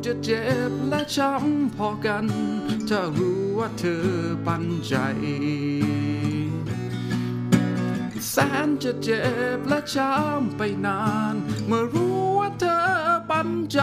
จะเจ็บและช้ำพอกันถ้ารู้ว่าเธอปันใจแสนจะเจ็บและช้ำไปนานเมื่อรู้ว่าเธอปันใจ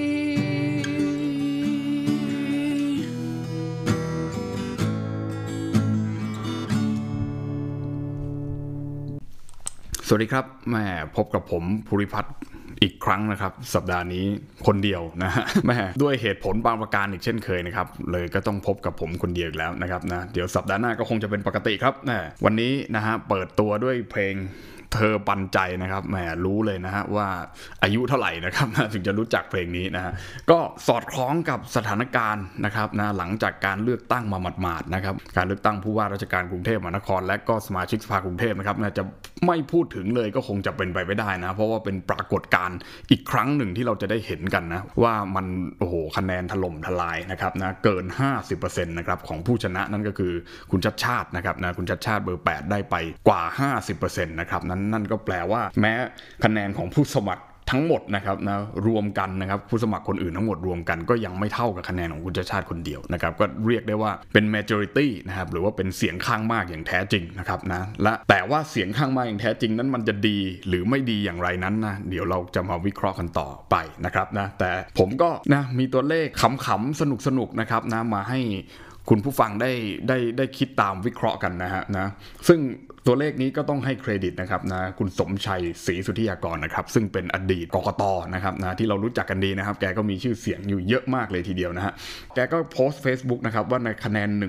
สวัสดีครับแม่พบกับผมภูริพัฒน์อีกครั้งนะครับสัปดาห์นี้คนเดียวนะฮะแม่ด้วยเหตุผลบางประการอีกเช่นเคยนะครับเลยก็ต้องพบกับผมคนเดียวอีกแล้วนะครับนะเดี๋ยวสัปดาห์หน้าก็คงจะเป็นปกติครับวันนี้นะฮะเปิดตัวด้วยเพลงเธอปันใจนะครับแหมรู้เลยนะฮะว่าอายุเท่าไหร่นะครับถึงจะรู้จักเพลงนี้นะฮะก็สอดคล้องกับสถานการณ์นะครับนะหลังจากการเลือกตั้งมาหมาดๆนะครับการเลือกตั้งผู้ว่าราชการกรุงเทพมหานครและก็สมาชิกสภากรุงเทพนะครับจะไม่พูดถึงเลยก็คงจะเป็นไปไม่ได้นะเพราะว่าเป็นปรากฏการณ์อีกครั้งหนึ่งที่เราจะได้เห็นกันนะว่ามันโอ้โหคะแนนถล่มทลายนะครับนะเกิน 50% นะครับของผู้ชนะนั่นก็คือคุณชัชชาตินะครับนะคุณชัชชาติเบอร์8ได้ไปกว่า 50% นะครับนั่นก็แปลว่าแม้คะแนนของผู้สมัครทั้งหมดนะครับนะรวมกันนะครับผู้สมัครคนอื่นทั้งหมดรวมกันก็ยังไม่เท่ากับคะแนนของคุณชัชชาติคนเดียวนะครับก็เรียกได้ว่าเป็น majority นะครับหรือว่าเป็นเสียงข้างมากอย่างแท้จริงนะครับนะและแต่ว่าเสียงข้างมากอย่างแท้จริงนั้นมันจะดีหรือไม่ดีอย่างไรนั้นนะเดี๋ยวเราจะมาวิเคราะห์กันต่อไปนะครับนะแต่ผมก็นะมีตัวเลขขำๆสนุกๆนะครับนะมาให้คุณผู้ฟังได้คิดตามวิเคราะห์กันนะซึ่งตัวเลขนี้ก็ต้องให้เครดิตนะครับนะคุณสมชัยศรีสุทธิยากรนะครับซึ่งเป็นอดีตกกต.นะครับนะที่เรารู้จักกันดีนะครับแกก็มีชื่อเสียงอยู่เยอะมากเลยทีเดียวนะฮะแกก็โพสต์ Facebook นะครับว่าในคะแนน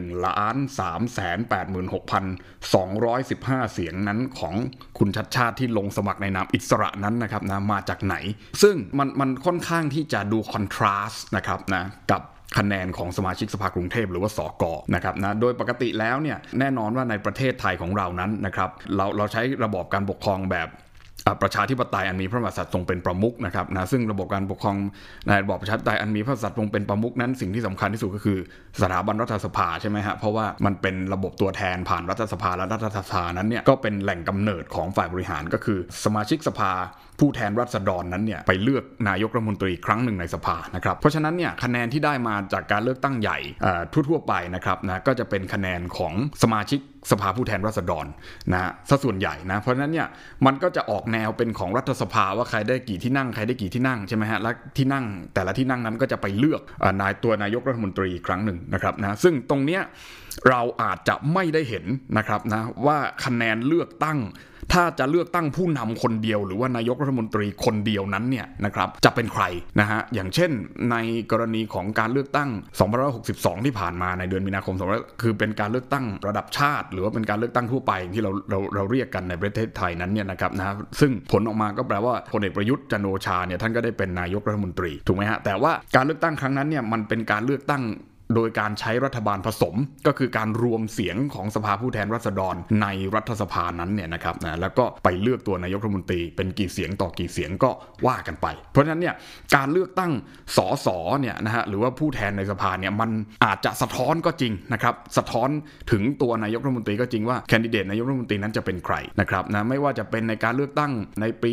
1,386,215 เสียงนั้นของคุณชัชชาติที่ลงสมัครในนามอิสระนั้นนะครับนะมาจากไหนซึ่งมันค่อนข้างที่จะดูคอนทราสต์นะครับนะกับคะแนนของสมาชิกสภากรุงเทพหรือว่าสก.นะครับนะโดยปกติแล้วเนี่ยแน่นอนว่าในประเทศไทยของเรานั้นนะครับเราใช้ระบอบการปกครองแบบประชาธิปไตยอันมีพระมหากษัตริย์ทรงเป็นประมุขนะครับนะซึ่งระบบการปกครองในระบอบประชาธิปไตยอันมีพระมหากษัตริย์ทรงเป็นประมุขนั้นสิ่งที่สำคัญที่สุดก็คือสถาบันรัฐสภาใช่ไหมฮะเพราะว่ามันเป็นระบบตัวแทนผ่านรัฐสภาและรัฐสภานั้นเนี่ยก็เป็นแหล่งกำเนิดของฝ่ายบริหารก็คือสมาชิกสภาผู้แทนราษฎรนั้นเนี่ยไปเลือกนายกรัฐมนตรีครั้งหนึ่งในสภานะครับเพราะฉะนั้นเนี่ยคะแนนที่ได้มาจากการเลือกตั้งใหญ่ทั่วไปนะครับนะก็จะเป็นคะแนนของสมาชิกสภาผู้แทนราษฎรนะซะส่วนใหญ่นะเพราะฉะนั้นเนี่ยมันก็จะออกแนวเป็นของรัฐสภาว่าใครได้กี่ที่นั่งใครได้กี่ที่นั่งใช่ไหมฮะและที่นั่งแต่ละที่นั่งนั้นก็จะไปเลือกนายกรัฐมนตรีครั้งหนึ่งนะครับนะซึ่งตรงเนี้ยเราอาจจะไม่ได้เห็นนะครับนะว่าคะแนนเลือกตั้งถ้าจะเลือกตั้งผู้นำคนเดียวหรือว่านายกรัฐมนตรีคนเดียวนั้นเนี่ยนะครับจะเป็นใครนะฮะอย่างเช่นในกรณีของการเลือกตั้ง2562ที่ผ่านมาในเดือนมีนาคมคือเป็นการเลือกตั้งระดับชาติหรือว่าเป็นการเลือกตั้งทั่วไปที่เราเรียกกันในประเทศไทยนั้นเนี่ยนะครับนะซึ่งผลออกมาก็แปลว่าพลเอกประยุทธ์จันทร์โอชาเนี่ยท่านก็ได้เป็นนายกรัฐมนตรีถูกไหมฮะแต่ว่าการเลือกตั้งครั้งนั้นเนี่ยมันเป็นการเลือกตั้งโดยการใช้รัฐบาลผสมก็คือการรวมเสียงของสภาผู้แทนราษฎรในรัฐสภานั้นเนี่ยนะครับนะแล้วก็ไปเลือกตัวนายกรัฐมนตรีเป็นกี่เสียงต่อกี่เสียงก็ว่ากันไปเพราะฉะนั้นเนี่ยการเลือกตั้งสสเนี่ยนะฮะหรือว่าผู้แทนในสภาเนี่ยมันอาจจะสะท้อนก็จริงนะครับสะท้อนถึงตัวนายกรัฐมนตรีก็จริงว่าแคนดิเดตนายกรัฐมนตรีนั้นจะเป็นใครนะครับนะไม่ว่าจะเป็นในการเลือกตั้งในปี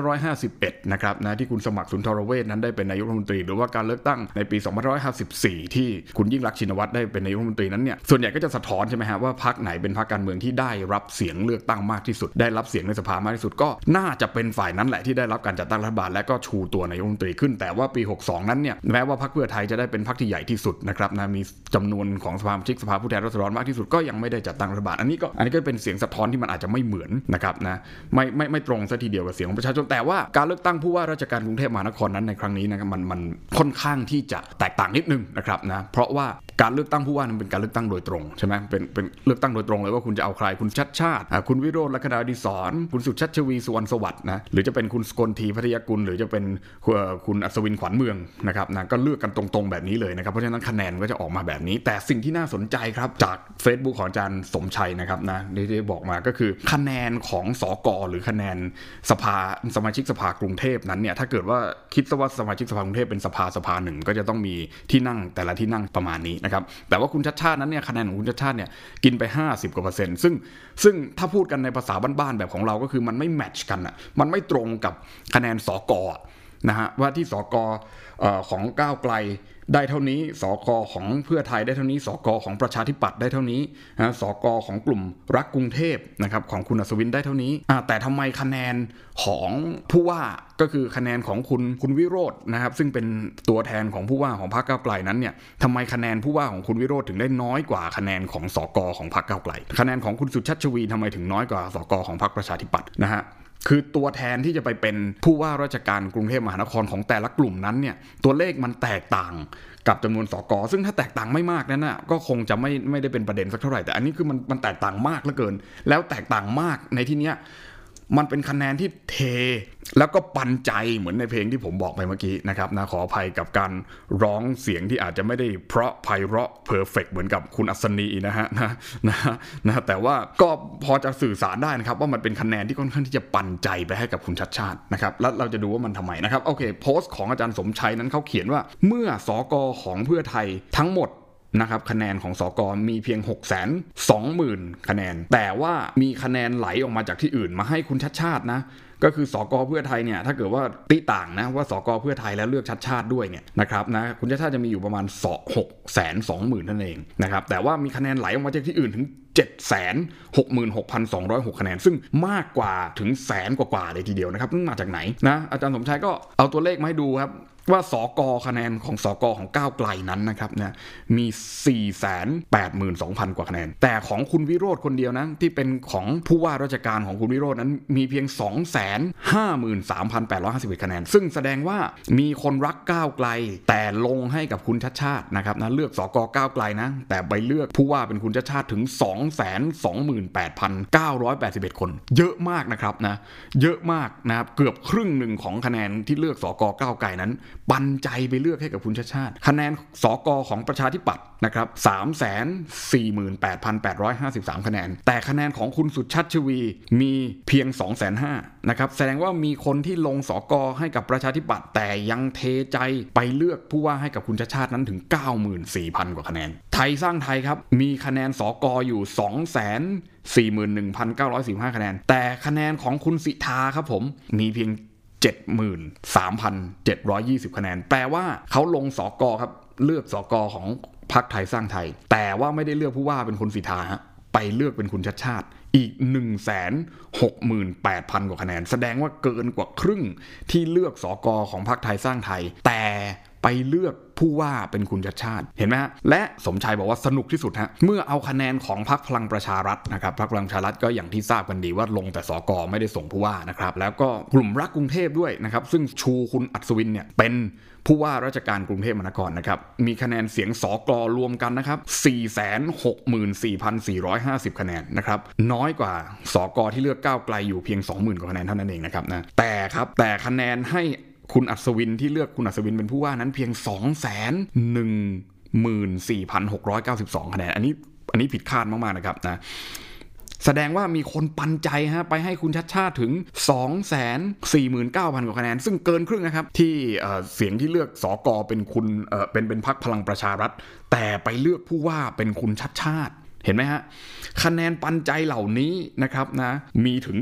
2551นะครับนะที่คุณสมัครสุนทรเวชนั้นได้เป็นนายกรัฐมนตรีหรือว่าการเลือกตั้งในปี2554ที่คุณยิ่งรักษณ์ชินวัตรได้เป็นนายกรัฐมนตรีนั้นเนี่ยส่วนใหญ่ก็จะสะท้อนใช่ไหมฮะว่าพรรคไหนเป็นพรรคการเมืองที่ได้รับเสียงเลือกตั้งมากที่สุดได้รับเสียงในสภามากที่สุดก็น่าจะเป็นฝ่ายนั้นแหละที่ได้รับการจัดตั้งรัฐบาลและก็ชูตัวนายกรัฐมนตรีขึ้นแต่ว่าปี62นั้นเนี่ยแม้ว่าพรรคเพื่อไทยจะได้เป็นพรรคที่ใหญ่ที่สุดนะครับนะมีจำนวนของสมาชิกสภาผู้แทนราษฎรมากที่สุดก็ยังไม่ได้จัดตั้งรัฐบาลอันนี้ก็เป็นเสียงสะท้อนที่มันอาจจะไม่เหมือนนะครับนะไม่ตรงซะทีเดียวกับเสียงของประชาชนแต่ว่าการเลือกตั้งผู้ว่าราชการกรุงเทพมหานครนั้นในครั้งนี้นะครับมันค่อนข้างที่จะแตกต่างนิดนึงนะครับนะเพราะว่าการเลือกตั้งผู้ว่านั้นเป็นการเลือกตั้งโดยตรงใช่ไหมเป็นเลือกตั้งโดยตรงเลยว่าคุณจะเอาใครคุณชัชชาติคุณวิโรจน์ ลักษณะอดิศรคุณสุชัชวีสุวรรณสวัสดิ์นะหรือจะเป็นคุณสกลทีพัทยกุลหรือจะเป็นคุณอัศวินขวัญเมืองนะครับนะก็เลือกกันตรงๆแบบนี้เลยนะครับเพราะฉะนั้นคะแนนก็จะออกมาแบบนี้แต่สิ่งที่น่าสนใจครับจาก Facebook ของอาจารย์สมชัยนะครับนะที่บอกมาก็คือคะแนนของสก.หรือคะแนนสมาชิกสภากรุงเทพนั้นเนี่ยถ้าเกิดว่าคิดว่าสมาชิกสภากรุงเทพเป็นสภาหนึ่งก็จะต้องมีที่นั่งแต่ละที่นั่งประมาณนี้นะครับแต่ว่าคุณชัชชาตินั้นเนี่ยคะแนนของคุณชัชชาติเนี่ยกินไป50%กว่าซึ่งถ้าพูดกันในภาษาบ้านๆแบบของเราก็คือมันไม่แมทช์กันอ่ะมันไม่ตรงกับคะแนนสก.นนะฮะว่าที่สกของก้าวไกลได้เท่านี้สกของเพื่อไทยได้เท่านี้สกของประชาธิปัตย์ได้เท่านี้นะสกของกลุ่มรักกรุงเทพนะครับของคุณอัศวินได้เท่านี้แต่ทำไมคะแนนของผู้ว่าก็คือคะแนนของคุณวิโรจน์นะครับซึ่งเป็นตัวแทนของผู้ว่าของพรรคก้าวไกลนั้นเนี่ยทำไมคะแนนผู้ว่าของคุณวิโรจน์ถึงได้น้อยกว่าคะแนนของสกของพรรคก้าวไกลคะแนนของคุณสุชาติชวีทำไมถึงน้อยกว่าสกของพรรคประชาธิปัตย์นะฮะคือตัวแทนที่จะไปเป็นผู้ว่าราชการกรุงเทพมหานครของแต่ละกลุ่มนั้นเนี่ยตัวเลขมันแตกต่างกับจำนวนสกซึ่งถ้าแตกต่างไม่มากนั้นนะก็คงจะไม่ได้เป็นประเด็นสักเท่าไหร่แต่อันนี้คือมันแตกต่างมากเหลือเกินแล้วแตกต่างมากในที่เนี้ยมันเป็นคะแนนที่เทแล้วก็ปันใจเหมือนในเพลงที่ผมบอกไปเมื่อกี้นะครับนะขออภัยกับการร้องเสียงที่อาจจะไม่ได้เพราะไพเราะเพอร์เฟกต์เหมือนกับคุณอัศนีนะฮะนะแต่ว่าก็พอจะสื่อสารได้นะครับว่ามันเป็นคะแนนที่ค่อนข้างที่จะปันใจไปให้กับคุณชัดชาตินะครับแล้วเราจะดูว่ามันทำไมนะครับโอเคโพสต์ของอาจารย์สมชัยนั้นเขาเขียนว่าเมื่อสกของเพื่อไทยทั้งหมดนะครับคะแนนของสกมีเพียง 620,000 คะแนนแต่ว่ามีคะแนนไหลออกมาจากที่อื่นมาให้คุณชัดชาตินะก็คือสกเพื่อไทยเนี่ยถ้าเกิดว่าติต่างนะว่าสกเพื่อไทยแล้วเลือกชัดชาติด้วยเนี่ยนะครับนะคุณชัดชาติจะมีอยู่ประมาณ 620,000 นั่นเองนะครับแต่ว่ามีคะแนนไหลออกมาจากที่อื่นถึง 766,206 คะแนนซึ่งมากกว่าถึงแสนกว่าเลยทีเดียวนะครับมาจากไหนนะอาจารย์สมชัยก็เอาตัวเลขมาให้ดูครับว่าสกคะแนนของสกของก้าวไกลนั้นนะครับนะมี 482,000 กว่าคะแนนแต่ของคุณวิโรจน์คนเดียวนะที่เป็นของผู้ว่าราชการของคุณวิโรจน์นั้นมีเพียง 253,851 คะแนนซึ่งแสดงว่ามีคนรักก้าวไกลแต่ลงให้กับคุณชัดชาตินะครับนะเลือกสกก้าวไกลนะแต่ไปเลือกผู้ว่าเป็นคุณชัดชาติถึง 228,981 คนเยอะมากนะครับนะเยอะมากนะครับเกือบครึ่งหนึ่งของคะแนนที่เลือกสกก้าวไกลนั้นปันใจไปเลือกให้กับคุณชัดชาติคะแนนสกของประชาธิปัตย์นะครับ 348,853 คะแนนแต่คะแนนของคุณสุชาติชวีมีเพียง 250,000 นะครับแสดงว่ามีคนที่ลงสกให้กับประชาธิปัตย์แต่ยังเทใจไปเลือกผู้ว่าให้กับคุณชัดชาตินั้นถึง 94,000 กว่าคะแนนไทยสร้างไทยครับมีคะแนนสกอยู่ 241,945 คะแนนแต่คะแนนของคุณสิทธาครับผมมีเพียง73,720 คะแนนแปลว่าเขาลงสกครับเลือกสกของพรรคไทยสร้างไทยแต่ว่าไม่ได้เลือกผู้ว่าเป็นคุณสิทธาฮะไปเลือกเป็นคุณชัดชาติอีก 168,000 กว่าคะแนนแสดงว่าเกินกว่าครึ่งที่เลือกสกของพรรคไทยสร้างไทยแต่ไปเลือกผู้ว่าเป็นคุณชัดชาติเห็นไหมฮะและสมชัยบอกว่าสนุกที่สุดฮะเมื่อเอาคะแนนของพรรคพลังประชารัฐนะครับพรรคพลังประชารัฐก็อย่างที่ทราบกันดีว่าลงแต่สกไม่ได้ส่งผู้ว่านะครับแล้วก็กลุ่มรักกรุงเทพด้วยนะครับซึ่งชูคุณอัศวินเนี่ยเป็นผู้ว่าราชการกรุงเทพมหานครนะครับมีคะแนนเสียงสกรวมกันนะครับ 464,450 คะแนนนะครับน้อยกว่าสกที่เลือกก้าวไกลอยู่เพียง 20,000 กว่าคะแนนเท่านั้นเองนะครับนะแต่คะแนนให้คุณอัศวินที่เลือกคุณอัศวินเป็นผู้ว่านั้นเพียง 214,692 คะแนนอันนี้ผิดคาดมากๆนะครับนะแสดงว่ามีคนปันใจฮะไปให้คุณชัดชาติถึง 249,000 กว่าคะแนนซึ่งเกินครึ่งนะครับที่เสียงที่เลือกสกเป็นคุณเป็นพรรคพลังประชารัฐแต่ไปเลือกผู้ว่าเป็นคุณชัดชาติเห็นไหมฮะคะแนนปันใจเหล่านี้นะครับนะมีถึง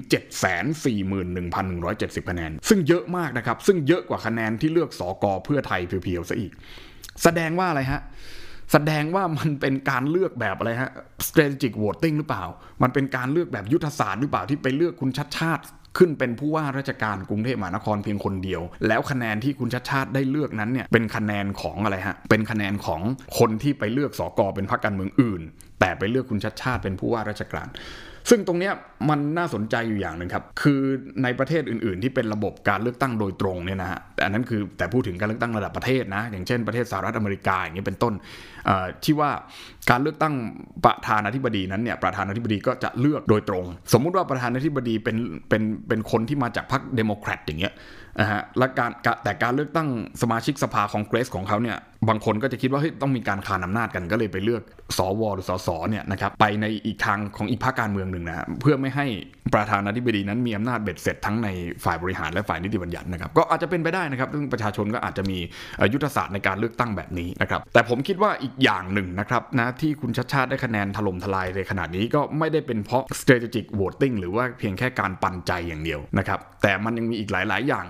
741,170 คะแนนซึ่งเยอะมากนะครับซึ่งเยอะกว่าคะแนนที่เลือกสกเพื่อไทยเพียวๆซะอีกแสดงว่าอะไรฮะแสดงว่ามันเป็นการเลือกแบบอะไรฮะ strategic voting หรือเปล่ามันเป็นการเลือกแบบยุทธศาสตร์หรือเปล่าที่ไปเลือกคุณชัดชาติขึ้นเป็นผู้ว่าราชการกรุงเทพมหานครเพียงคนเดียวแล้วคะแนนที่คุณชัดชาติได้เลือกนั้นเนี่ยเป็นคะแนนของอะไรฮะเป็นคะแนนของคนที่ไปเลือกสกเป็นพรรคการเมืองอื่นแต่ไปเลือกคุณชัดชาติเป็นผู้ว่าราชการซึ่งตรงเนี้ยมันน่าสนใจอยู่อย่างนึงครับคือในประเทศอื่นๆที่เป็นระบบการเลือกตั้งโดยตรงเนี่ยนะฮะแต่อันนั้นคือแต่พูดถึงการเลือกตั้งระดับประเทศนะอย่างเช่นประเทศสหรัฐอเมริกาอย่างนี้เป็นต้นที่ว่าการเลือกตั้งประธานาธิบดีนั้นเนี่ยประธานาธิบดีก็จะเลือกโดยตรงสมมุติว่าประธานาธิบดีเป็นคนที่มาจากพรรคเดโมแครตอย่างเงี้ยและแต่การเลือกตั้งสมาชิกสภาคองเกรสของเขาเนี่ยบางคนก็จะคิดว่าเฮ้ยต้องมีการคานอำนาจกันก็เลยไปเลือกสวหรือสสเนี่ยนะครับไปในอีกทางของอีกพรรคการเมืองหนึ่งนะเพื่อไม่ให้ประธานาธิบดีนั้นมีอำนาจเบ็ดเสร็จทั้งในฝ่ายบริหารและฝ่ายนิติบัญญัตินะครับก็อาจจะเป็นไปได้นะครับซึ่งประชาชนก็อาจจะมียุทธศาสตร์ในการเลือกตั้งแบบนี้นะครับแต่ผมคิดว่าอีกอย่างหนึ่งนะครับนะที่คุณชัดชาติได้คะแนนถล่มทลายในขนาดนี้ก็ไม่ได้เป็นเพราะ strategic voting หรือว่าเพียงแค่การปันใจอย่างเดียวนะครับแต่มันยังมีอีกหลายๆอย่างก็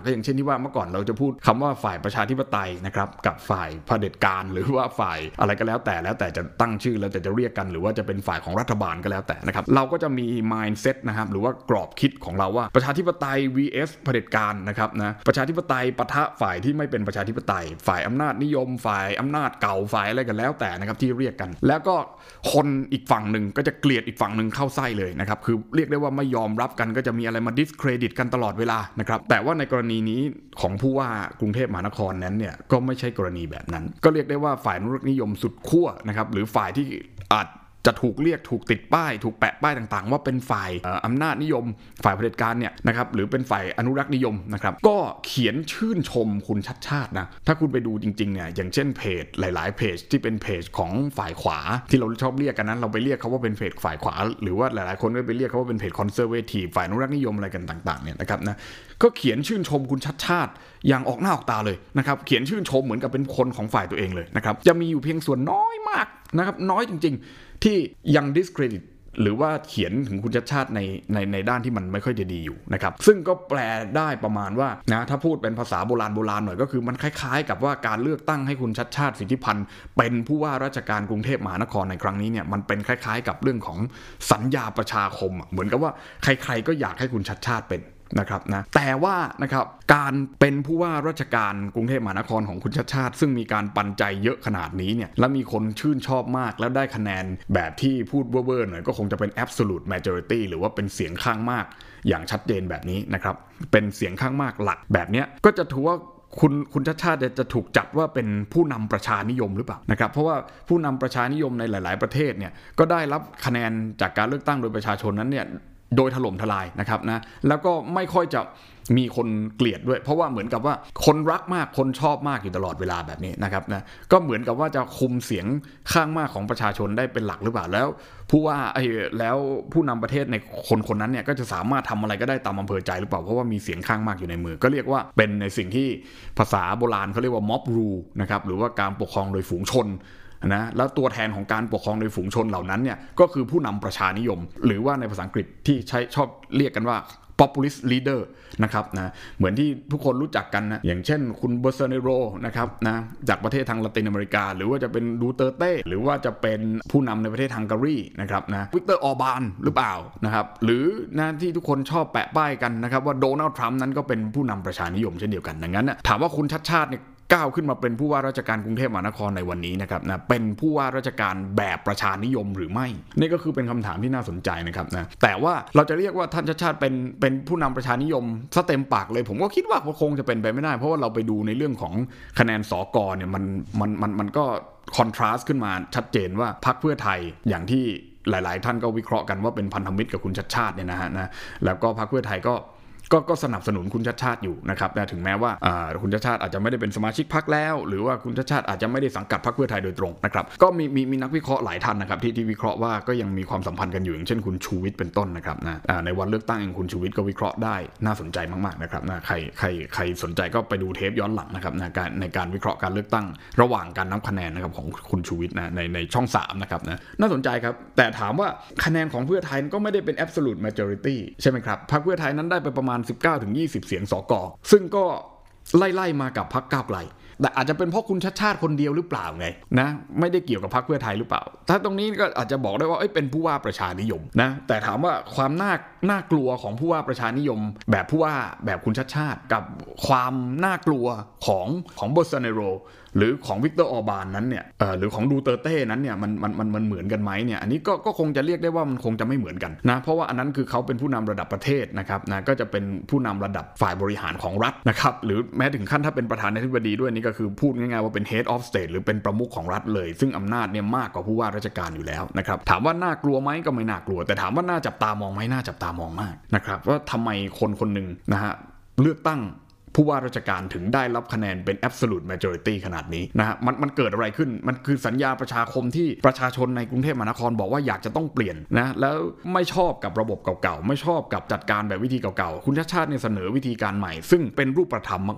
ก็อย่างเช่นที่ว่าเมื่อก่อนเราจะพูดคำว่าฝ่ายประชาธิปไตยนะครับกับฝ่ายเผด็จการหรือว่าฝ่ายอะไรก็แล้วแต่จะตั้งชื่อแล้วแต่จะเรียกกันหรือว่าจะเป็นฝ่ายของรัฐบาลก็แล้วแต่นะครับเราก็จะมี mindset นะครับหรือว่ากรอบคิดของเราว่าประชาธิปไตย vs เผด็จการนะครับนะประชาธิปไตยปะทะฝ่ายที่ไม่เป็นประชาธิปไตยฝ่ายอำนาจนิยมฝ่ายอำนาจเก่าฝ่ายอะไรกันแล้วแต่นะครับที่เรียกกันแล้วก็คนอีกฝั่งหนึ่งก็จะเกลียดอีกฝั่งหนึ่งเข้าไส้เลยนะครับคือเรียกได้ว่าไม่ยอมรับกันก็จะมีอะไรมา discredit กันตลอดเวลานะครับแต่ว่าในกรณีนี้ของผู้ว่ากรุงเทพมหานครนั้นเนี่ยก็ไม่ใช่กรณีแบบนั้นก็เรียกได้ว่าฝ่ายอนุรักษ์นิยมสุดขั้วนะครับหรือฝ่ายที่อาจจะถูกเรียกถูกติดป้ายถูกแปะป้ายต่างๆว่าเป็นฝ่ายอำนาจนิยมฝ่ายเผด็จการเนี่ยนะครับหรือเป็นฝ่ายอนุรักษ์นิยมนะครับก็เขียนชื่นชมคุณชัดชาตินะถ้าคุณไปดูจริงๆเนี่ยอย่างเช่นเพจหลายๆเพจที่เป็นเพจของฝ่ายขวาที่เราชอบเรียกกันนั้นเราไปเรียกเขาว่าเป็นเพจฝ่ายขวาหรือว่าหลายๆคนก็ไปเรียกเขาว่าเป็นเพจคอนเซอร์เวทีฟฝ่ายอนุรักษ์นิยมอะไรกันต่างๆเนี่ยนะครับนะก็เขียนชื่นชมคุณชัดชาติอย่างออกหน้าออกตาเลยนะครับเขียนชื่นชมเหมือนกับเป็นคนของฝ่ายตัวเองเลยนะครับจะมีอยู่เพียงส่วนน้อยมากนะครับน้อยจริงๆที่ยัง discredit หรือว่าเขียนถึงคุณชัดชาติในด้านที่มันไม่ค่อยจะดีอยู่นะครับซึ่งก็แปลได้ประมาณว่านะถ้าพูดเป็นภาษาโบราณหน่อยก็คือมันคล้ายๆกับว่าการเลือกตั้งให้คุณชัดชาติสิทธิพันธ์เป็นผู้ว่าราชการกรุงเทพมหานครในครั้งนี้เนี่ยมันเป็นคล้ายๆกับเรื่องของสัญญาประชาคมเหมือนกับว่าใครๆก็อยากให้คุณชัดชาติเป็นนะครับนะแต่ว่านะครับการเป็นผู้ว่าราชการกรุงเทพมหานครของคุณชัดชาติซึ่งมีการปันใจเยอะขนาดนี้เนี่ยและมีคนชื่นชอบมากแล้วได้คะแนนแบบที่พูดเว่อร์ๆหน่อยก็คงจะเป็น absolute majority หรือว่าเป็นเสียงข้างมากอย่างชัดเจนแบบนี้นะครับเป็นเสียงข้างมากหลักแบบนี้ก็จะถือว่าคุณชัดชาติจะถูกจัดว่าเป็นผู้นำประชานิยมหรือเปล่านะครับเพราะว่าผู้นำประชานิยมในหลายๆประเทศเนี่ยก็ได้รับคะแนนจากการเลือกตั้งโดยประชาชนนั้นเนี่ยโดยถล่มทลายนะครับนะแล้วก็ไม่ค่อยจะมีคนเกลียดด้วยเพราะว่าเหมือนกับว่าคนรักมากคนชอบมากอยู่ตลอดเวลาแบบนี้นะครับนะก็เหมือนกับว่าจะคุมเสียงข้างมากของประชาชนได้เป็นหลักหรือเปล่าแล้วผู้ว่าแล้วผู้นำประเทศในคนนั้นเนี่ยก็จะสามารถทำอะไรก็ได้ตามอำเภอใจหรือเปล่าเพราะว่ามีเสียงข้างมากอยู่ในมือก็เรียกว่าเป็นในสิ่งที่ภาษาโบราณเขาเรียกว่า mob rule นะครับหรือว่าการปกครองโดยฝูงชนนะแล้วตัวแทนของการปกครองโดยฝูงชนเหล่านั้นเนี่ยก็คือผู้นำประชานิยมหรือว่าในภาษาอังกฤษที่ชอบเรียกกันว่า populist leader นะครับนะเหมือนที่ทุกคนรู้จักกันนะอย่างเช่นคุณโบซาเนโรนะครับนะจากประเทศทางละตินอเมริกาหรือว่าจะเป็นดูเตอร์เต้หรือว่าจะเป็นผู้นำในประเทศฮังการีนะครับนะวิกเตอร์ออร์บานหรือเปล่านะครับหรือนะที่ทุกคนชอบแปะป้ายกันนะครับว่าโดนัลด์ทรัมป์นั้นก็เป็นผู้นำประชานิยมเช่นเดียวกันดังนั้นนะถามว่าคุณชัดชาติเนี่ยก้าวขึ้นมาเป็นผู้ว่าราชการกรุงเทพมหานครในวันนี้นะครับนะเป็นผู้ว่าราชการแบบประชานิยมหรือไม่นี่ก็คือเป็นคำถามที่น่าสนใจนะครับนะแต่ว่าเราจะเรียกว่าท่านชัดชาติเป็นผู้นำประชานิยมซะเต็มปากเลยผมก็คิดว่าคงจะเป็นไปไม่ได้เพราะว่าเราไปดูในเรื่องของคะแนนสกเนี่ยมันก็คอนทราสต์ขึ้นมาชัดเจนว่าพรรคเพื่อไทยอย่างที่หลายๆท่านก็วิเคราะห์กันว่าเป็นพันธมิตรกับคุณชัดชาติเนี่ยนะฮะนะแล้วก็พรรคเพื่อไทยก็สนับสนุนคุณชัดชาติอยู่นะครับถึงแม้ว่าคุณชัดชาติอาจจะไม่ได้เป็นสมาชิกพรรคแล้วหรือว่าคุณชัดชาติอาจจะไม่ได้สังกัดพรรคเพื่อไทยโดยตรงนะครับก็มีนักวิเคราะห์หลายท่านนะครับที่วิเคราะห์ว่าก็ยังมีความสัมพันธ์กันอยู่อย่างเช่นคุณชูวิทย์เป็นต้นนะครับในวันเลือกตั้งคุณชูวิทย์ก็วิเคราะห์ได้น่าสนใจมากๆนะครับใครสนใจก็ไปดูเทปย้อนหลังนะครับในการวิเคราะห์การเลือกตั้งระหว่างการนับคะแนนนะครับของคุณชูวิทย์นะในช่อง3นะครับน่าสนใจครับแต่ถามว่าคะแนนของเพื่อไทยก็ไม่ได้เป็น absolute majority ใช่ไหมครับพรรคเพื่อไทยนั้นได้ไปประมาณ19-20 เสียงสก.ซึ่งก็ไล่มากับพรรคก้าวไกลแต่อาจจะเป็นเพราะคุณชัดชาติคนเดียวหรือเปล่าไงนะไม่ได้เกี่ยวกับพรรคเพื่อไทยหรือเปล่าถ้าตรงนี้ก็อาจจะบอกได้ว่าเป็นผู้ว่าประชานิยมนะแต่ถามว่าความน่ากลัวของผู้ว่าประชานิยมแบบผู้ว่าแบบคุณชัดชาติกับความน่ากลัวของโบซาเนโรหรือของวิกเตอร์ออร์บานนั้นเนี่ยหรือของดูเตอร์เต้นั้นเนี่ยมันเหมือนกันไหมเนี่ยอันนี้ก็คงจะเรียกได้ว่ามันคงจะไม่เหมือนกันนะเพราะว่าอันนั้นคือเขาเป็นผู้นำระดับประเทศนะครับนะก็จะเป็นผู้นำระดับฝ่ายบริหารของรัฐนะครับหรือแม้ถึงขั้นถ้าเป็นประธานาธิบดีด้วยนี่ก็คือพูดง่ายๆว่าเป็น head of state หรือเป็นประมุขของรัฐเลยซึ่งอำนาจเนี่ยมากกว่าผู้ว่าราชการอยู่แล้วนะครับถามว่าน่ากลัวไหมก็ไม่น่ากลัวแต่ถามว่าน่าจับตามองไหมน่าจับตามองมากนะครับว่าทำไมคนหนึ่งนะฮะเลือกตั้งผู้ว่าราชการถึงได้รับคะแนนเป็น absolute majority ขนาดนี้นะฮะมันเกิดอะไรขึ้นมันคือสัญญาประชาคมที่ประชาชนในกรุงเทพมหานครบอกว่าอยากจะต้องเปลี่ยนนะแล้วไม่ชอบกับระบบเก่าๆไม่ชอบกับจัดการแบบวิธีเก่าๆคุณชัดชาติเนี่ยเสนอวิธีการใหม่ซึ่งเป็นรูปธรรมมากๆ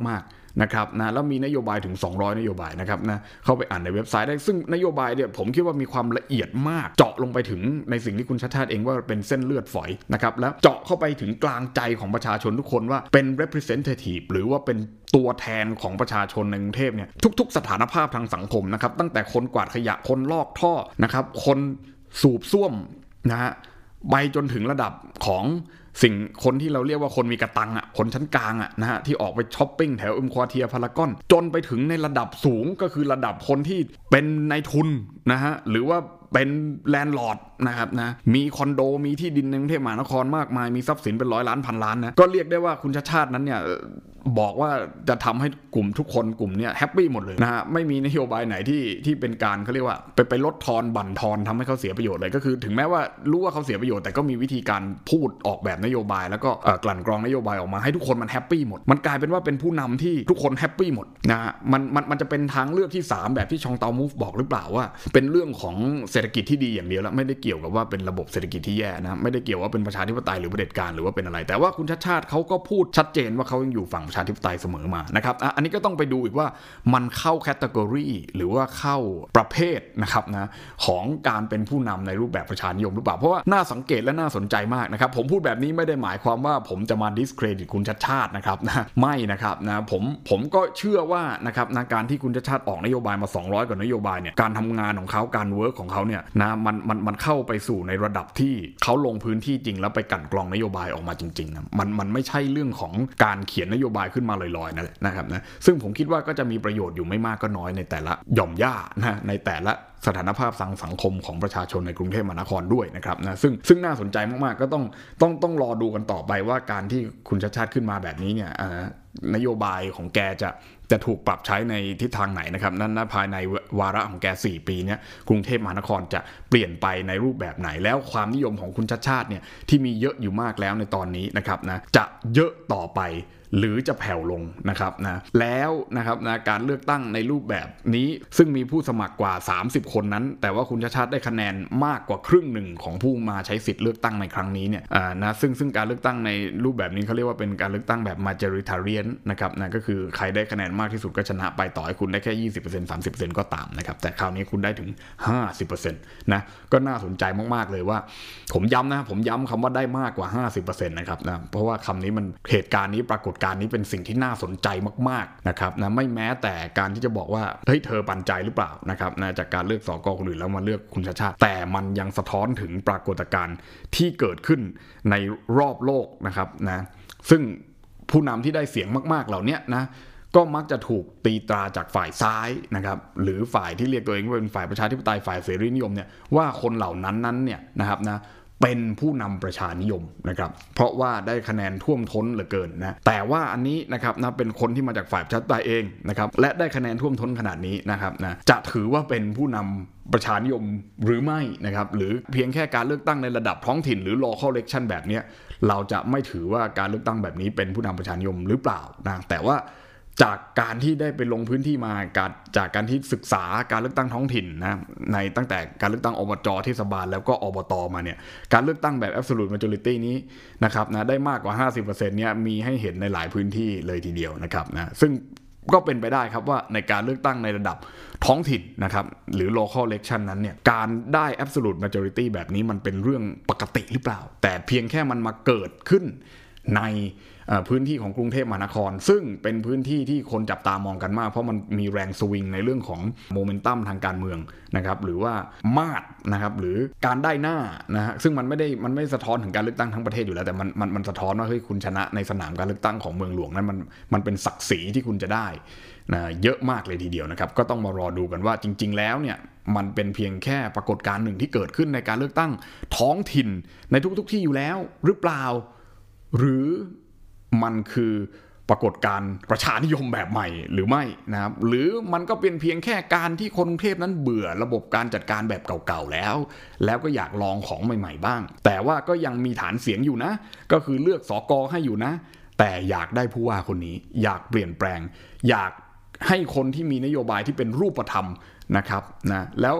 นะครับนะแล้วมีนโยบายถึง200นโยบายนะครับนะเข้าไปอ่านในเว็บไซต์ได้ซึ่งนโยบายเนี่ยผมคิดว่ามีความละเอียดมากเจาะลงไปถึงในสิ่งที่คุณชัชชาติเองว่าเป็นเส้นเลือดฝอยนะครับแล้วเจาะเข้าไปถึงกลางใจของประชาชนทุกคนว่าเป็น representative หรือว่าเป็นตัวแทนของประชาชนในกรุงเทพเนี่ยทุกๆสถานภาพทางสังคมนะครับตั้งแต่คนกวาดขยะคนลอกท่อนะครับคนสูบซ่วมนะฮะไปจนถึงระดับของคนที่เราเรียกว่าคนมีกระตังอ่ะคนชั้นกลางอ่ะนะฮะที่ออกไปช้อปปิ้งแถวควอเทียพารากอนจนไปถึงในระดับสูงก็คือระดับคนที่เป็นนายทุนนะฮะหรือว่าเป็นแลนด์ลอร์ดนะครับนะมีคอนโดมีที่ดินในกรุงเทพมหานครมากมายมีทรัพย์สินเป็น100 ล้านพันล้านนะก็เรียกได้ว่าคุณชัชชาตินั้นเนี่ยบอกว่าจะทำให้กลุ่มทุกคนกลุ่มเนี้ยแฮปปี้หมดเลยนะฮะไม่มีนโยบายไหนที่เป็นการเขาเรียกว่าไปลดทอนบั่นทอนทำให้เขาเสียประโยชน์เลยก็คือถึงแม้ว่ารู้ว่าเขาเสียประโยชน์แต่ก็มีวิธีการพูดออกแบบนโยบายแล้วก็กลั่นกรองนโยบายออกมาให้ทุกคนมันแฮปปี้หมดมันกลายเป็นว่าเป็นผู้นำที่ทุกคนแฮปปี้หมดนะฮะมันจะเป็นทางเลือกที่3แบบที่ชองเตามูฟบอกหรือเปล่าว่าเป็นเรื่องของเศรษฐกิจที่ดีอย่างเดียวแล้วไม่ได้เกี่ยวกับว่าเป็นระบบเศรษฐกิจที่แย่นะไม่ได้เกี่ยวว่าเป็นประชาธิปไตยหรือเผด็จการหรือว่าเป็นอะไรแต่ว่าคุณชัชชาติเขาก็พูดชัดเจนว่าเขายังอยู่ฝั่งประชาธิปไตยเสมอมานะครับอันนี้ก็ต้องไปดูอีกว่ามันเข้าแคตตากรีหรือว่าเข้าประเภทนะครับนะของการเป็นผู้นำในรูปแบบประชานิยมหรือเปล่าเพราะว่าน่าสังเกตและน่าสนใจมากนะครับผมพูดแบบนี้ไม่ได้หมายความว่าผมจะมาดิสเครดิตคุณชัชชาตินะครับนะไม่นะครับนะผมก็เชื่อว่านะครับนะการที่คุณชัชชาติออกนโยบายมา200กว่านโยบายเนี่ยการทำงานของเขาการเวิร์กของเขาเนี่ยนะมันเข้าไปสู่ในระดับที่เขาลงพื้นที่จริงแล้วไปกั่นกรองนโยบายออกมาจริงๆนะมันไม่ใช่เรื่องของการเขียนนโยบายขึ้นมาลอยๆนั่นแหละนะครับนะซึ่งผมคิดว่าก็จะมีประโยชน์อยู่ไม่มากก็น้อยในแต่ละหย่อมย่านะในแต่ละสถานภาพสังคมของประชาชนในกรุงเทพมหานครด้วยนะครับนะซึ่งน่าสนใจมากๆก็ต้องรอดูกันต่อไปว่าการที่คุณชัชชาติขึ้นมาแบบนี้เนี่ยนโยบายของแกจะถูกปรับใช้ในทิศทางไหนนะครับนั่นภายในวาระของแก4ปีนี้กรุงเทพมหานครจะเปลี่ยนไปในรูปแบบไหนแล้วความนิยมของคุณชัชชาติเนี่ยที่มีเยอะอยู่มากแล้วในตอนนี้นะครับนะจะเยอะต่อไปหรือจะแผ่วลงนะครับนะแล้วนะครับนะการเลือกตั้งในรูปแบบนี้ซึ่งมีผู้สมัครกว่า30คนนั้นแต่ว่าคุณชัชชาติได้คะแนนมากกว่าครึ่งหนึ่งของผู้มาใช้สิทธิ์เลือกตั้งในครั้งนี้เนี่ยนะซึ่งการเลือกตั้งในรูปแบบนี้เขาเรียกว่าเป็นการเลือกตั้งแบบ majoritarian นะครับนะก็คือใครได้คะแนนมากที่สุดก็ชนะไปต่อให้คุณได้แค่ 20% 30% ก็ตามนะครับแต่คราวนี้คุณได้ถึง 50% นะก็น่าสนใจมากๆเลยว่าผมย้ำคำว่าได้มากกว่า 50% นะครับนะเพราะว่าคำนี้มันเหตุการณ์นี้ปรากฏการณ์นี้เป็นสิ่งที่น่าสนใจมากๆนะครับนะไม่แม้แต่การที่จะบอกว่าเฮ้ยเธอปันใจหรือเปล่านะครับนะจากการเลือกสกคนอื่นแล้วมาเลือกคุณชัชชาติแต่มันยังสะท้อนถึงปรากฏการณ์ที่เกิดขึ้นในรอบโลกนะครับนะซึ่งผู้นำที่ได้เสียงมากๆเหล่านี้นะก็มักจะถูกตีตราจากฝ่ายซ้ายนะครับหรือฝ่ายที่เรียกตัวเองว่าเป็นฝ่ายประชาธิปไตยฝ่ายเสรีนิยมเนี่ยว่าคนเหล่านั้นเนี่ยนะครับนะเป็นผู้นำประชานิยมนะครับเพราะว่าได้คะแนนท่วมท้นเหลือเกินนะแต่ว่าอันนี้นะครับนะเป็นคนที่มาจากฝ่ายประชาธิปไตยเองนะครับและได้คะแนนท่วมท้นขนาดนี้นะครับนะจะถือว่าเป็นผู้นำประชานิยมหรือไม่นะครับหรือเพียงแค่การเลือกตั้งในระดับท้องถิ่นหรือ local election แบบนี้เราจะไม่ถือว่าการเลือกตั้งแบบนี้เป็นผู้นำประชานิยมหรือเปล่านะแต่ว่าจากการที่ได้ไปลงพื้นที่มาจากการที่ศึกษาการเลือกตั้งท้องถิ่นนะในตั้งแต่การเลือกตั้งอบจ.เทศบาลแล้วก็อบต.มาเนี่ยการเลือกตั้งแบบ absolute majority นี้นะครับนะได้มากกว่า 50% เนี่ยมีให้เห็นในหลายพื้นที่เลยทีเดียวนะครับนะซึ่งก็เป็นไปได้ครับว่าในการเลือกตั้งในระดับท้องถิ่นนะครับหรือ local election นั้นเนี่ยการได้ absolute majority แบบนี้มันเป็นเรื่องปกติหรือเปล่าแต่เพียงแค่มันมาเกิดขึ้นในพื้นที่ของกรุงเทพมหานครซึ่งเป็นพื้นที่ที่คนจับตามองกันมากเพราะมันมีแรงสวิงในเรื่องของโมเมนตัมทางการเมืองนะครับหรือว่ามาดนะครับหรือการได้หน้านะฮะซึ่งมันไม่สะท้อนถึงการเลือกตั้งทั้งประเทศอยู่แล้วแต่มันสะท้อนว่าเฮ้ยคุณชนะในสนามการเลือกตั้งของเมืองหลวงนั้นมันเป็นศักดิ์ศรีที่คุณจะได้นะเยอะมากเลยทีเดียวนะครับก็ต้องมารอดูกันว่าจริงๆแล้วเนี่ยมันเป็นเพียงแค่ปรากฏการณ์หนึ่งที่เกิดขึ้นในการเลือกตั้งท้องถิ่นในทุกที่อยู่แล้วหรือเปล่าหรือมันคือปรากฏการณ์ประชานิยมแบบใหม่หรือไม่นะครับหรือมันก็เป็นเพียงแค่การที่คนกรุงเทพนั้นเบื่อระบบการจัดการแบบเก่าๆแล้วก็อยากลองของใหม่ๆบ้างแต่ว่าก็ยังมีฐานเสียงอยู่นะก็คือเลือกสก.ให้อยู่นะแต่อยากได้ผู้ว่าคนนี้อยากเปลี่ยนแปลงอยากให้คนที่มีนโยบายที่เป็นรูปธรรมนะครับนะแล้ว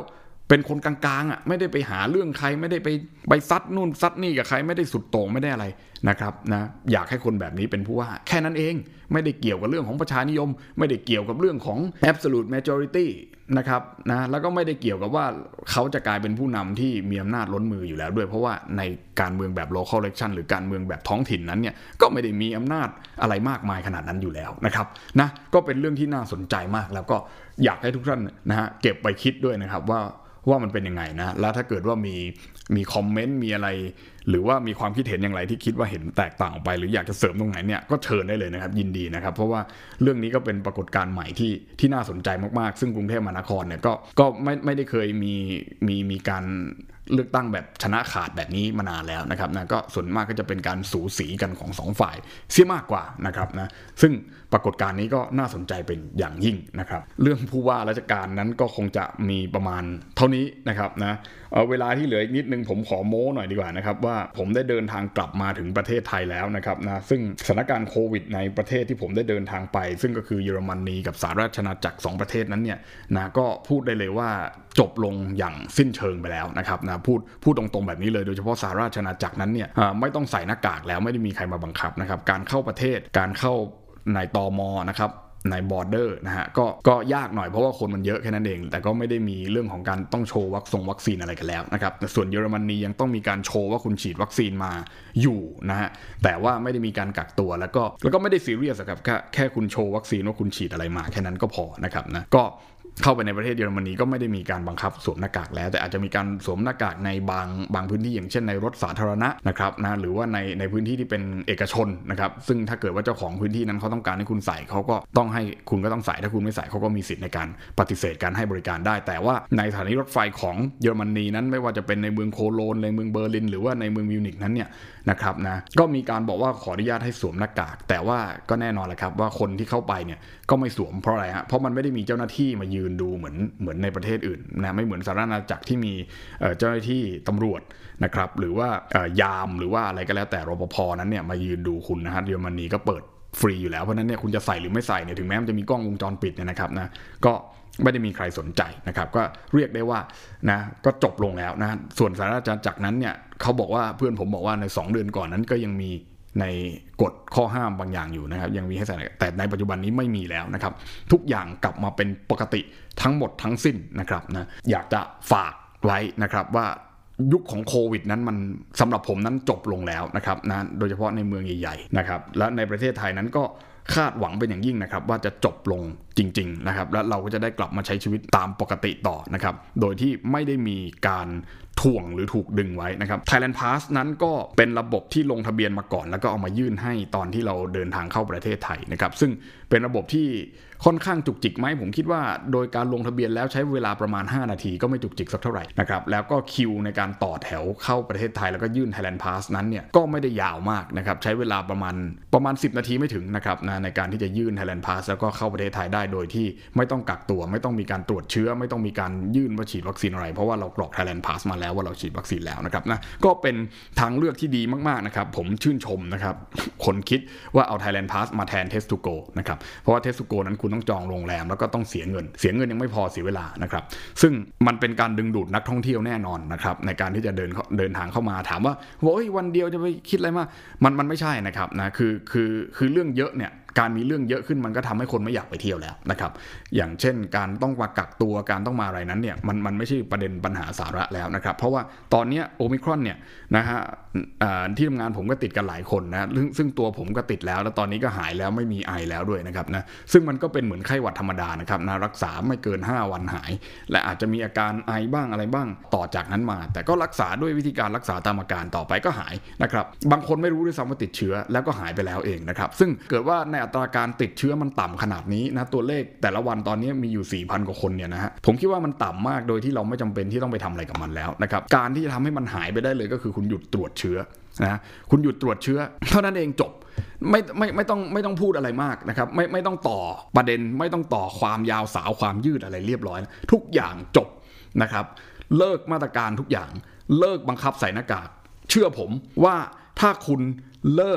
เป็นคนกลางๆไม่ได้ไปหาเรื่องใครไม่ได้ไปซัดนู่นซัดนี่กับใครไม่ได้สุดโต่งไม่ได้อะไรนะครับนะอยากให้คนแบบนี้เป็นผู้ว่าแค่นั้นเองไม่ได้เกี่ยวกับเรื่องของประชานิยมไม่ได้เกี่ยวกับเรื่องของ absolute majority นะครับนะแล้วก็ไม่ได้เกี่ยวกับว่าเขาจะกลายเป็นผู้นำที่มีอำนาจล้นมืออยู่แล้วด้วยเพราะว่าในการเมืองแบบ local election หรือการเมืองแบบท้องถิ่นนั้นเนี่ยก็ไม่ได้มีอำนาจอะไรมากมายขนาดนั้นอยู่แล้วนะครับนะก็เป็นเรื่องที่น่าสนใจมากแล้วก็อยากให้ทุกท่านนะฮะเก็บไปคิดด้วยนะครับว่ามันเป็นยังไงนะแล้วถ้าเกิดว่ามีคอมเมนต์มีอะไรหรือว่ามีความคิดเห็นอย่างไรที่คิดว่าเห็นแตกต่างออกไปหรืออยากจะเสริมตรงไหนเนี่ยก็เชิญได้เลยนะครับยินดีนะครับเพราะว่าเรื่องนี้ก็เป็นปรากฏการณ์ใหม่ที่น่าสนใจมากๆซึ่งกรุงเทพมหานครเนี่ยก็ไม่ได้เคยมีการเลือกตั้งแบบชนะขาดแบบนี้มานานแล้วนะครับนะก็ส่วนมากก็จะเป็นการสูสีกันของสองฝ่ายเสียมากกว่านะครับนะซึ่งปรากฏการณ์นี้ก็น่าสนใจเป็นอย่างยิ่งนะครับเรื่องผู้ว่าราชการนั้นก็คงจะมีประมาณเท่านี้นะครับนะเวลาที่เหลืออีกนิดนึงผมขอโม้หน่อยดีกว่านะครับว่าผมได้เดินทางกลับมาถึงประเทศไทยแล้วนะครับนะซึ่งสถานการณ์โควิดในประเทศที่ผมได้เดินทางไปซึ่งก็คือเยอรมนีกับสหราชอาณาจักร2ประเทศนั้นเนี่ยนะก็พูดได้เลยว่าจบลงอย่างสิ้นเชิงไปแล้วนะครับนะพูดตรงๆแบบนี้เลยโดยเฉพาะสหราชอาณาจักรนั้นเนี่ยไม่ต้องใส่หน้ากากแล้วไม่ได้มีใครมาบังคับนะครับการเข้าประเทศการเข้าในตม.นะครับในบอร์เดอร์นะฮะก็ยากหน่อยเพราะว่าคนมันเยอะแค่นั้นเองแต่ก็ไม่ได้มีเรื่องของการต้องโชว์วัคซีนอะไรกันแล้วนะครับส่วนเยอรมนียังต้องมีการโชว์ว่าคุณฉีดวัคซีนมาอยู่นะฮะแต่ว่าไม่ได้มีการกักตัวแล้วก็ไม่ได้ซีเรียสครับแค่คุณโชว์วัคซีนว่าคุณฉีดอะไรมาแค่นั้นก็พอนะครับนะก็เข้าไปในประเทศเยอรมนีก็ไม่ได้มีการบังคับสวมหน้ากากแล้วแต่อาจจะมีการสวมหน้ากากในบางพื้นที่อย่างเช่นในรถสาธารณะนะครับนะหรือว่าในพื้นที่ที่เป็นเอกชนนะครับซึ่งถ้าเกิดว่าเจ้าของพื้นที่นั้นเขาต้องการให้คุณใส่เขาก็ต้องให้คุณก็ต้องใส่ถ้าคุณไม่ใส่เขาก็มีสิทธิ์ในการปฏิเสธการให้บริการได้แต่ว่าในสถานีรถไฟของเยอรมนีนั้นไม่ว่าจะเป็นในเมืองโคโลนในเมืองเบอร์ลินหรือว่าในเมืองมิวนิกนั้นเนี่ยนะครับนะก็มีการบอกว่าขออนุญาตให้สวมหน้ากากแต่ว่าก็แน่นอนแหละครับว่าคนที่เข้าไปเนี่ยก็ไม่สวมเพราะอะไรฮะเพราะมันไม่ได้มีเจ้าหน้าที่มายืนดูเหมือนในประเทศอื่นนะไม่เหมือนสหราชอาณาจักรที่มีเจ้าหน้าที่ตำรวจนะครับหรือว่ายามหรือว่าอะไรก็แล้วแต่รปภนั้นเนี่ยมายืนดูคุณนะฮะเยอรมนีก็เปิดฟรีอยู่แล้วเพราะนั้นเนี่ยคุณจะใส่หรือไม่ใส่เนี่ยถึงแม้มันจะมีกล้องวงจรปิดเนี่ยนะครับนะก็ไม่ได้มีใครสนใจนะครับก็เรียกได้ว่านะก็จบลงแล้วนะส่วนสหราชอาณาจักรนั้นเนี่ยเขาบอกว่าเพื่อนผมบอกว่าใน2 เดือนก่อนนั้นก็ยังมีในกฎข้อห้ามบางอย่างอยู่นะครับยังมีให้ใส่แต่ในปัจจุบันนี้ไม่มีแล้วนะครับทุกอย่างกลับมาเป็นปกติทั้งหมดทั้งสิ้นนะครับนะอยากจะฝากไว้นะครับว่ายุคของโควิดนั้นมันสำหรับผมนั้นจบลงแล้วนะครับนะโดยเฉพาะในเมืองใหญ่ๆนะครับและในประเทศไทยนั้นก็คาดหวังเป็นอย่างยิ่งนะครับว่าจะจบลงจริงๆนะครับและเราก็จะได้กลับมาใช้ชีวิตตามปกติต่อนะครับโดยที่ไม่ได้มีการถ่วงหรือถูกดึงไว้นะครับ Thailand Pass นั้นก็เป็นระบบที่ลงทะเบียนมาก่อนแล้วก็เอามายื่นให้ตอนที่เราเดินทางเข้าประเทศไทยนะครับซึ่งเป็นระบบที่ค่อนข้างจุกจิกไหมผมคิดว่าโดยการลงทะเบียนแล้วใช้เวลาประมาณ5 นาทีก็ไม่จุกจิกสักเท่าไหร่นะครับแล้วก็คิวในการต่อแถวเข้าประเทศไทยแล้วก็ยื่น Thailand Pass นั้นเนี่ยก็ไม่ได้ยาวมากนะครับใช้เวลาประมาณ10 นาทีไม่ถึงนะครับในการที่จะยื่น Thailand Pass แล้วก็เข้าประเทศไทยได้โดยที่ไม่ต้องกักตัวไม่ต้องมีการตรวจเชื้อไม่ต้องมีการยื่นว่าฉีดวัคซีนอะไรเพราะว่าเรากรอก Thailand Pass มาแล้วว่าเราฉีดวัคซีนแล้วนะครับนะก็เป็นทางเลือกที่ดีมากๆนะครับผมชื่นชมนะครับคนคิดว่าเอา Thailand Pass มาแทน Test to Go นะครับเพราะว่า Test to Go นั้นคุณต้องจองโรงแรมแล้วก็ต้องเสียเงินยังไม่พอเสียเวลานะครับซึ่งมันเป็นการดึงดูดนักท่องเที่ยวแน่นอนนะครับในการที่จะเดินทางเข้ามาถามว่าโอ้ยวันเดียวจะไปคิดอะไรมากมันไม่ใช่นะครับนะคือเรื่องเยอะเนี่ยการมีเรื่องเยอะขึ้นมันก็ทำให้คนไม่อยากไปเที่ยวแล้วนะครับอย่างเช่นการต้องมากักตัวการต้องมาอะไรนั้นเนี่ยมันไม่ใช่ประเด็นปัญหาสาระแล้วนะครับเพราะว่าตอนนี้โอมิครอนเนี่ยนะฮะที่ทำงานผมก็ติดกันหลายคนนะซึ่งตัวผมก็ติดแล้วตอนนี้ก็หายแล้วไม่มีไอแล้วด้วยนะครับนะซึ่งมันก็เป็นเหมือนไข้หวัดธรรมดานะครับนะรักษาไม่เกิน5 วันหายและอาจจะมีอาการไอบ้างอะไรบ้างต่อจากนั้นมาแต่ก็รักษาด้วยวิธีการรักษาตามอาการต่อไปก็หายนะครับบางคนไม่รู้ด้วยซ้ำว่าติดเชื้อแล้วก็หายไปแล้วเองนะครับซึ่งเกิดว่าในอัตราการติดเชื้อมันต่ำขนาดนี้นะตัวเลขแต่ละวันตอนนี้มีอยู่ 4,000 กว่าคนเนี่ยนะฮะผมคิดว่ามันต่ำมากโดยที่เราไม่จำเป็นที่ต้องไปทำอะไรกับมันแล้วนะครับการที่จะทำให้มันหายไปได้เลยก็คือคุณหยุดตรวจเชื้อนะคุณหยุดตรวจเชื้อเท่านั้นเองจบไม่ต้องพูดอะไรมากนะครับไม่ต้องต่อประเด็นไม่ต้องต่อความยาวสาวความยืดอะไรเรียบร้อยทุกอย่างจบนะครับเลิกมาตรการทุกอย่างเลิกบังคับใส่หน้ากากเชื่อผมว่าถ้าคุณเลิก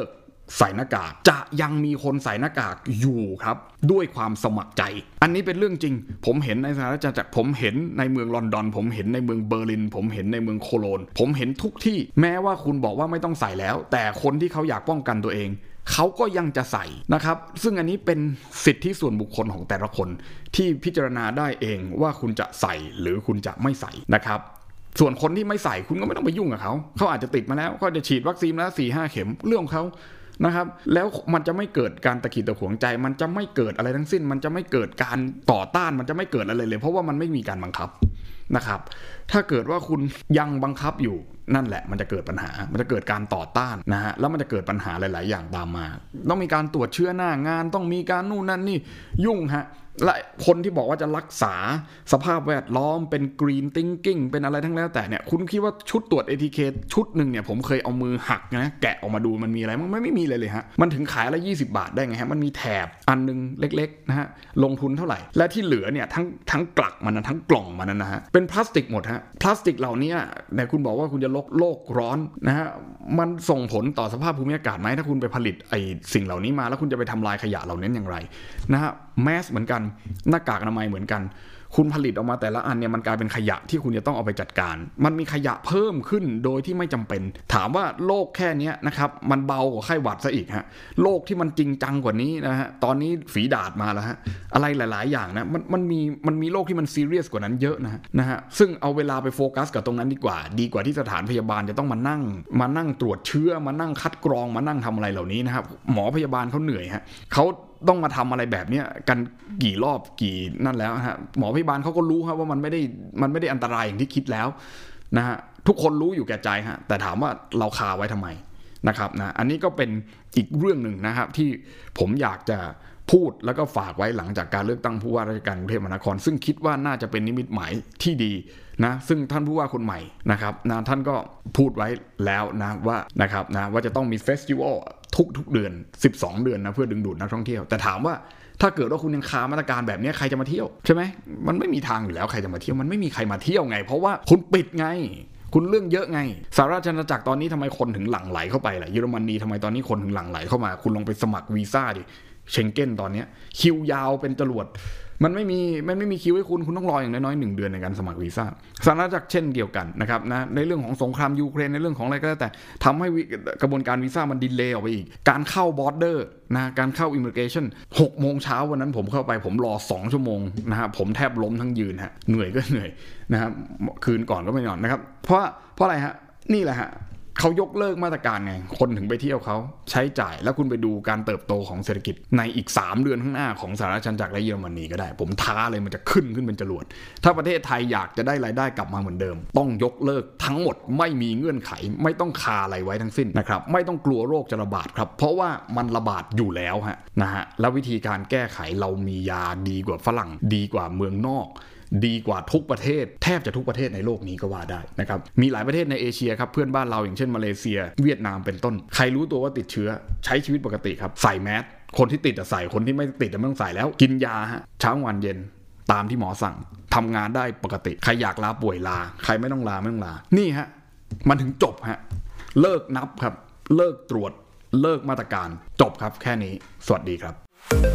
ใส่หน้ากากจะยังมีคนใส่หน้ากากอยู่ครับด้วยความสมัครใจอันนี้เป็นเรื่องจริงผมเห็นในสหรัฐอาณาจักรผมเห็นในเมืองลอนดอนผมเห็นในเมืองเบอร์ลินผมเห็นในเมืองโคโลนผมเห็นทุกที่แม้ว่าคุณบอกว่าไม่ต้องใส่แล้วแต่คนที่เขาอยากป้องกันตัวเองเขาก็ยังจะใส่นะครับซึ่งอันนี้เป็นสิทธิส่วนบุคคลของแต่ละคนที่พิจารณาได้เองว่าคุณจะใส่หรือคุณจะไม่ใส่นะครับส่วนคนที่ไม่ใส่คุณก็ไม่ต้องไปยุ่งกับเขาอาจจะติดมาแล้วก็จะฉีดวัคซีนแล้ว 4-5 เข็มเรื่องของเขานะครับแล้วมันจะไม่เกิดการตะขิดตะขวงใจมันจะไม่เกิดอะไรทั้งสิ้นมันจะไม่เกิดการต่อต้านมันจะไม่เกิดอะไรเลยเพราะว่ามันไม่มีการบังคับนะครับถ้าเกิดว่าคุณยังบังคับอยู่นั่นแหละมันจะเกิดปัญหามันจะเกิดการต่อต้านนะฮะแล้วมันจะเกิดปัญหาหลายๆอย่างตามมาต้องมีการตรวจเชื้อหน้างานต้องมีการนู่นนั่นนี่ยุ่งฮะและคนที่บอกว่าจะรักษาสภาพแวดล้อมเป็น green thinking เป็นอะไรทั้งแล้วแต่เนี่ยคุณคิดว่าชุดตรวจ ATK ชุดหนึ่งเนี่ยผมเคยเอามือหักนะแกะออกมาดูมันมีอะไรมันไม่มีเลยฮะมันถึงขายละ20 บาทได้ไงฮะมันมีแถบอันนึงเล็กๆนะฮะลงทุนเท่าไหร่และที่เหลือเนี่ยทั้งกลักมันนะทั้งกล่องมันนะฮะเป็นพลาสติกหมดฮะพลาสติกเหล่านี้เนี่ยคุณบอกว่าคุณจะลดโลกร้อนนะฮะมันส่งผลต่อสภาพภูมิอากาศไหมถ้าคุณไปผลิตไอ้สิ่งเหล่านี้มาแล้วคุณจะไปทำลายขยะเหล่านี้อย่างไรนะฮะแมสเหมือนกันหน้ากากอนามัยเหมือนกันคุณผลิตออกมาแต่ละอันเนี่ยมันกลายเป็นขยะที่คุณจะต้องเอาไปจัดการมันมีขยะเพิ่มขึ้นโดยที่ไม่จำเป็นถามว่าโลกแค่นี้นะครับมันเบากว่าไข้หวัดซะอีกฮะโลกที่มันจริงจังกว่านี้นะฮะตอนนี้ฝีดาษมาแล้วฮะอะไรหลายๆอย่างนะมันมีโลกที่มันซีเรียสกว่านั้นเยอะนะฮะซึ่งเอาเวลาไปโฟกัสกับตรงนั้นดีกว่าที่สถานพยาบาลจะต้องมานั่งตรวจเชื้อมานั่งคัดกรองมานั่งทำอะไรเหล่านี้นะครับหมอพยาบาลเขาเหนื่อยฮะเขาต้องมาทำอะไรแบบนี้กันกี่รอบกี่นั่นแล้วฮะหมอพยาบาลเขาก็รู้ครับว่ามันไม่ได้อันตรายอย่างที่คิดแล้วนะฮะทุกคนรู้อยู่แก่ใจฮะแต่ถามว่าเราคาไว้ทำไมนะครับนะอันนี้ก็เป็นอีกเรื่องหนึ่งนะครับที่ผมอยากจะพูดแล้วก็ฝากไว้หลังจากการเลือกตั้งผู้ว่าราชการกรุงเทพมหานครซึ่งคิดว่าน่าจะเป็นนิมิตหมายที่ดีนะซึ่งท่านผู้ว่าคนใหม่นะครับนะท่านก็พูดไว้แล้วนะว่านะครับนะว่าจะต้องมีเฟสติวัลทุกเดือน12เดือนนะเพื่อดึงดูดนักท่องเที่ยวแต่ถามว่าถ้าเกิดว่าคุณยังคามาตรการแบบนี้ใครจะมาเที่ยวใช่ไหมมันไม่มีทางอยู่แล้วใครจะมาเที่ยวมันไม่มีใครมาเที่ยวไงเพราะว่าคุณปิดไงคุณเรื่องเยอะไงสหราชอาณาจักรตอนนี้ทำไมคนถึงหลั่งไหลเข้าไปล่ะเยอรมนีทำไมตอนนี้คนถึงหลั่งไหลเข้ามาคุณลองไปสมัครวีซ่าดิเชงเก้นตอนนี้คิวยาวเป็นจรวดมันไม่มีคิวให้คุณต้องรออย่างน้อยๆ1 เดือนในการสมัครวีซ่าสหราชอาณาจักรเช่นเดียวกันนะครับนะในเรื่องของสงครามยูเครนในเรื่องของอะไรก็แล้วแต่ทำให้กระบวนการวีซ่ามันดีเลย์ออกไปอีกการเข้าบอร์เดอร์นะการเข้าอิมิเกรชั่น6 โมงเช้าวันนั้นผมเข้าไปผมรอ2 ชั่วโมงนะฮะผมแทบล้มทั้งยืนฮะเหนื่อยก็เหนื่อยนะครับคืนก่อนก็ไม่นอนนะครับเพราะอะไรฮะนี่แหละฮะเขายกเลิกมาตรการไงคนถึงไปเที่ยวเขาใช้จ่ายแล้วคุณไปดูการเติบโตของเศรษฐกิจในอีก3 เดือนข้างหน้าของสหราชอาณาจักรและเยอรมนีก็ได้ผมท้าเลยมันจะขึ้นเป็นจรวดถ้าประเทศไทยอยากจะได้รายได้กลับมาเหมือนเดิมต้องยกเลิกทั้งหมดไม่มีเงื่อนไขไม่ต้องคาอะไรไว้ทั้งสิ้นนะครับไม่ต้องกลัวโรคจะระบาดครับเพราะว่ามันระบาดอยู่แล้วนะฮะแล้ววิธีการแก้ไขเรามียาดีกว่าฝรั่งดีกว่าเมืองนอกดีกว่าทุกประเทศแทบจะทุกประเทศในโลกนี้ก็ว่าได้นะครับมีหลายประเทศในเอเชียครับเพื่อนบ้านเราอย่างเช่นมาเลเซียเวียดนามเป็นต้นใครรู้ตัวว่าติดเชื้อใช้ชีวิตปกติครับใส่แมสคนที่ติดจะใส่คนที่ไม่ติดจะไม่ต้องใส่แล้วกินยาเช้าวันเย็นตามที่หมอสั่งทำงานได้ปกติใครอยากลาป่วยลาใครไม่ต้องลานี่ฮะมันถึงจบฮะเลิกนับครับเลิกตรวจเลิกมาตรการจบครับแค่นี้สวัสดีครับ